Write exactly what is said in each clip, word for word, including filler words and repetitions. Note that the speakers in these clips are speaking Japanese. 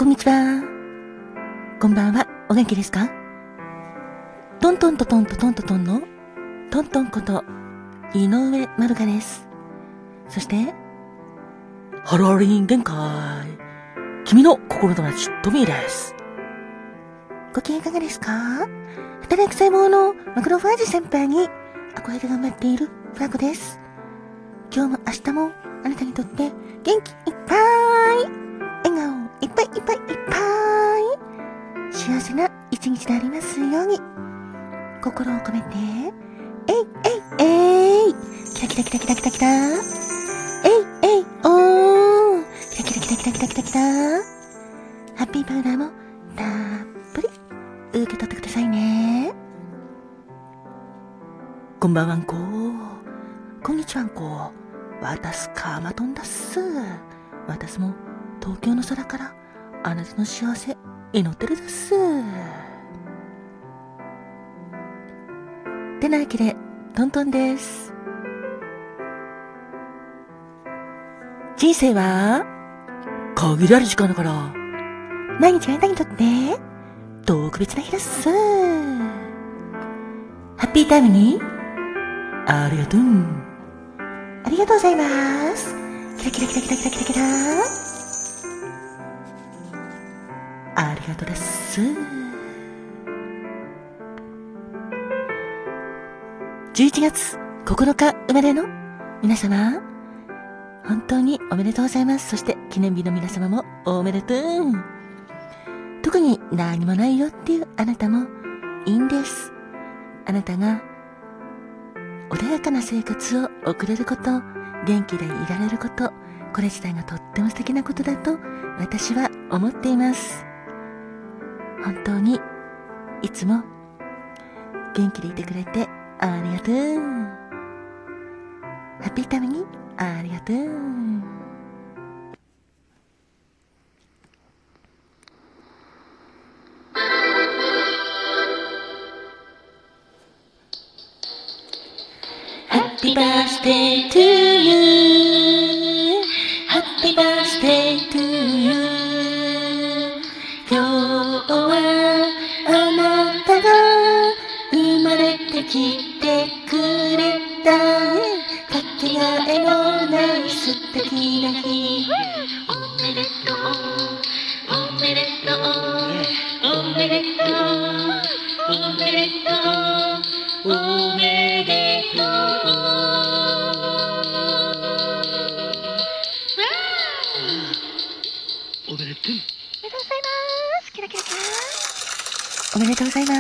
こんにちは。こんばんは。お元気ですか？トントントトントトントトンのトントンこと井上まるかです。そしてハローリン限界、君の心友達トミーです。ご機嫌いかがですか？働く細胞のマクロファージ先輩に憧れて頑張っているフラコです。今日も明日もあなたにとって元気いっぱい、笑顔いっぱいいっぱいいっぱい、幸せな一日でありますように、心を込めてえいえいえい、キラキラキラキラキラキラ、えいえいおー、キラキラキラキラキラキラキラ、ハッピーパウダーもたっぷり受け取ってくださいね。こんばんはんこ、こんにちはんこ、わたすかまとんだっす。わたすも東京の空からあなたの幸せ祈ってるだっす。てなわけでトントンです。人生は限られる時間だから、毎日あなたにとって特別な日だっす。ハッピータイムにありがとう。ありがとうございます。キラキラキラキラキラキラキラ、ありがとうです。じゅういちがつここのか生まれの皆様、本当におめでとうございます。そして記念日の皆様もおめでとう。特に何もないよっていうあなたもいいんです。あなたが穏やかな生活を送れること、元気でいられること、これ自体がとっても素敵なことだと私は思っています。本当にいつも元気でいてくれてありがとう。ハッピータイムにありがとう。Happy birthday to you, Happy birthday to you。 今日はあなたが生まれてきてくれた、かけがえのない素敵な日。おめでとう、おめでとう、おめでとう、おめでとう、おめでとう。おめでとう。おめでとうございます。キラキラキラ。おめでとうございます。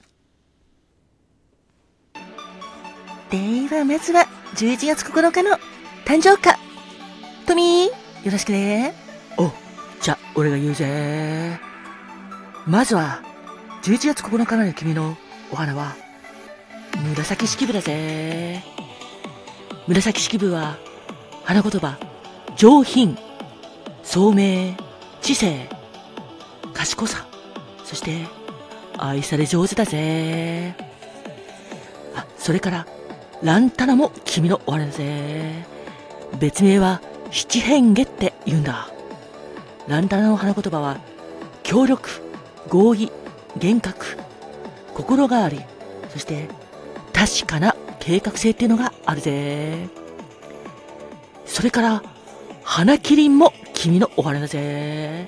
ではまずはじゅういちがつここのかの誕生花、トミーよろしくね。お、じゃ俺が言うぜ。まずはじゅういちがつここのかの君のお花は紫式部だぜ。紫式部は花言葉上品、聡明、知性、賢さ、そして愛され上手だぜ。あ、それからランタナも君のお花だぜ。別名は七変化って言うんだ。ランタナの花言葉は協力、合意、厳格、心変わり、そして確かな計画性っていうのがあるぜ。それから花キリンも君のお花だぜ。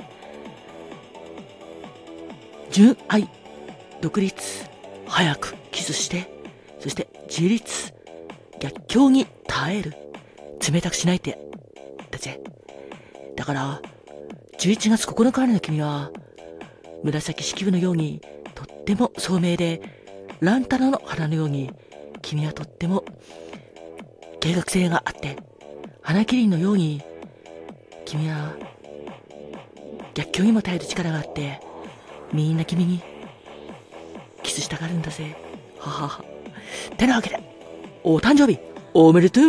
純愛、独立、早くキスして、そして自立、逆境に耐える、冷たくしないってだぜ。だからじゅういちがつここのかの君は紫式部のようにとっても聡明で、ランタナの花のように君はとっても計画性があって、花キリンのように君は逆境にも耐える力があって、みんな君にキスしたがるんだぜ。ははは。てなわけでお誕生日おめでとう。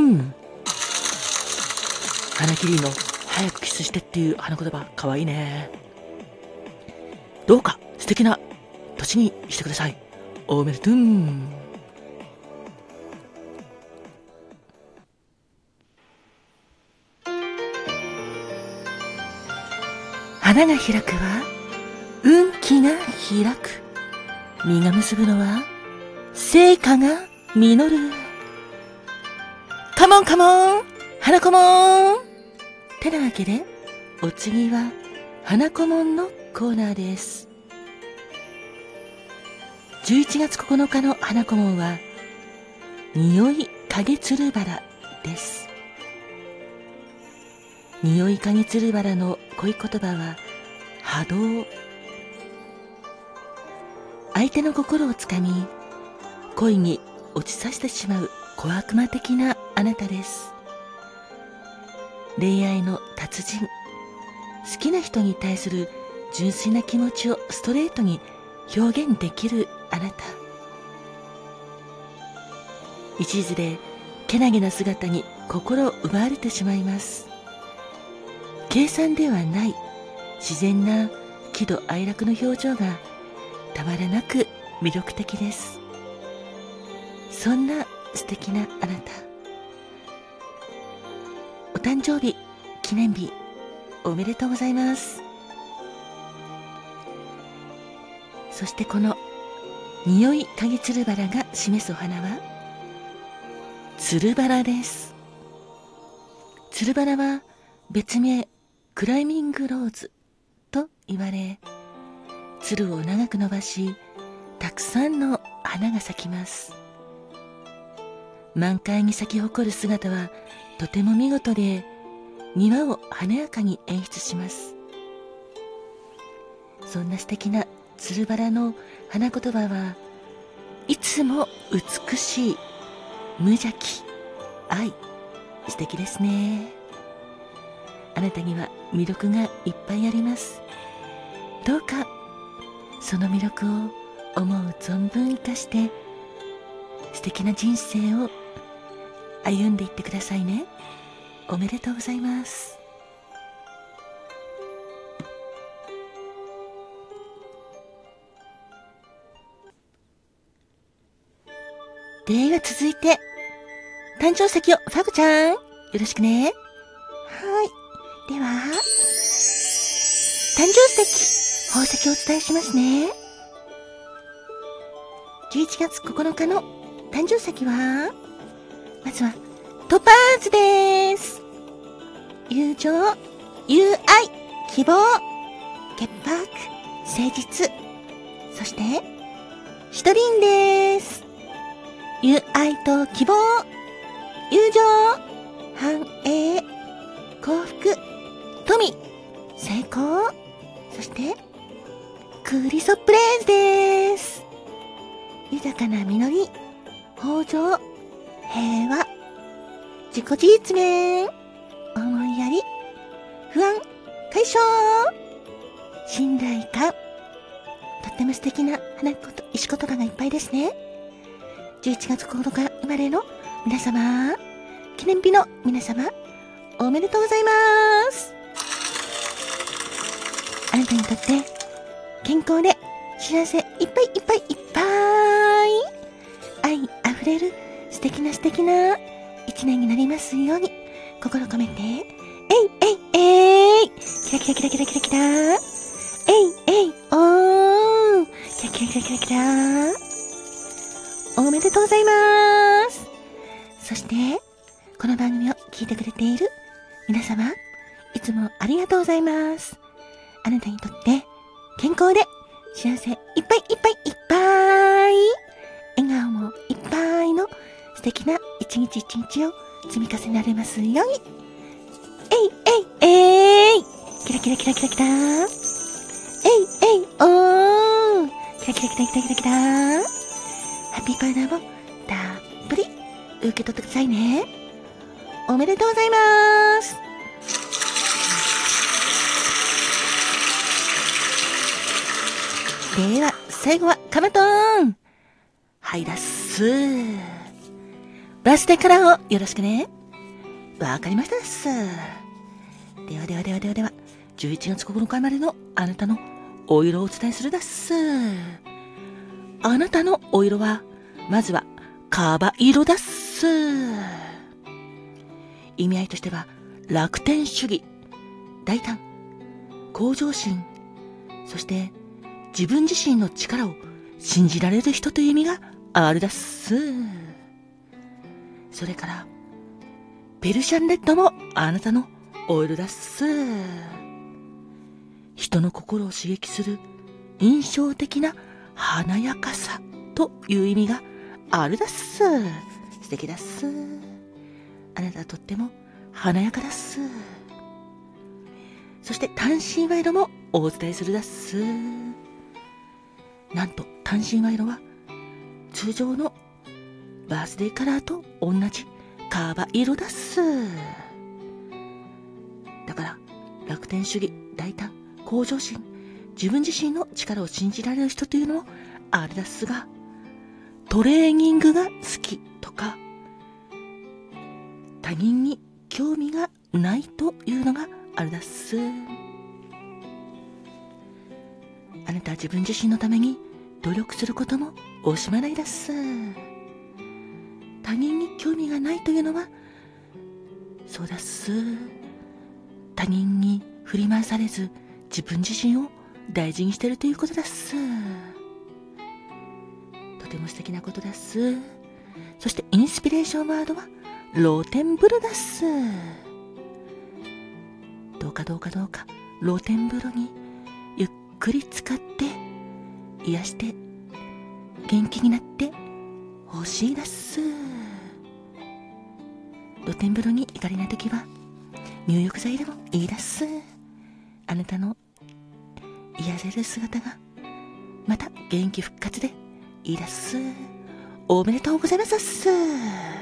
花キリンの早くキスしてっていう花言葉かわいいね。どうか素敵な年にしてください。おめでとう。花花が開くは運気が開く。実が結ぶのは成果が実る。カモンカモン花子もん。てなわけでお次は花子もんのコーナーです。じゅういちがつここのかの花子もんは匂い影つるバラです。匂い影つるバラの恋言葉は波動。相手の心をつかみ恋に落ちさせてしまう小悪魔的なあなたです。恋愛の達人。好きな人に対する純粋な気持ちをストレートに表現できるあなた。一途でけなげな姿に心を奪われてしまいます。計算ではない自然な喜怒哀楽の表情がたまらなく魅力的です。そんな素敵なあなた、お誕生日記念日おめでとうございます。そしてこの匂い影つるバラが示すお花はつるバラです。つるバラは別名クライミングローズと言われ、つるを長く伸ばしたくさんの花が咲きます。満開に咲き誇る姿はとても見事で、庭を華やかに演出します。そんな素敵なつるバラの花言葉はいつも美しい、無邪気、愛。素敵ですね。あなたには魅力がいっぱいあります。どうかその魅力を思う存分生かして素敵な人生を歩んでいってくださいね。おめでとうございます。では続いて誕生石をファグちゃんよろしくね。はい、では誕生石宝石をお伝えしますね。じゅういちがつここのかの誕生石はまずはトパーズです。友情、友愛、希望、潔白、誠実、そしてシトリンです。友愛と希望、友情、繁栄、幸福、富、成功、そしてクリソプレーズです。豊かな実り、豊穣、平和、自己実現、思いやり、不安解消、信頼感。とっても素敵な花言石言葉がいっぱいですね。じゅういちがつここのか生まれの皆様、記念日の皆様、おめでとうございます。あなたにとって健康で幸せいっぱいいっぱいいっぱい愛あふれる素敵な素敵な一年になりますように心込めて、えいえいえい、キラキラキラキラキラキラ、えいえいおー、キラキラキラキラキラ、おめでとうございます。そしてこの番組を聞いてくれている皆様、いつもありがとうございます。あなたにとって健康で幸せいっぱいいっぱいいっぱい、笑顔もいっぱいの素敵な一日一日を積み重ねられますように。えいえいえい、キラキラキラキラキラ、えいえいおー、キラキラキラキラキラキラ、ハッピーパウダーもたっぷり受け取ってくださいね。おめでとうございます。では最後はカマトーン、はいだっす。バースデーカラーをよろしくね。わかりましたっす。ではではではではではじゅういちがつここのか生まれのあなたのお色をお伝えするだっす。あなたのお色はまずはカバ色だっす。意味合いとしては楽天主義、大胆、 向上心、そして自分自身の力を信じられる人という意味があるだっす。それからペルシャンレッドもあなたのオイルだっす。人の心を刺激する印象的な華やかさという意味があるだっす。素敵だっす。あなたはとっても華やかだっす。そして単身賄賂もお伝えするだっす。なんと単身賄賂は通常のバースデーカラーと同じカーバ色だっす。だから楽天主義、大胆、向上心、自分自身の力を信じられる人というのもあれだっすが、トレーニングが好きとか他人に興味がないというのがあれだっす。あなたは自分自身のために努力することも惜しまないだっす。他人に興味がないというのはそうだっす。他人に振り回されず自分自身を大事にしているということだっす。とても素敵なことだっす。そしてインスピレーションワードは露天風呂だっす。どうかどうかどうか露天風呂にゆっくり浸かって癒して元気になってほしいだっす。露天風呂に行かれないときは入浴剤でもいいだっす。あなたの癒せる姿がまた元気復活でいいだっす。おめでとうございますっす。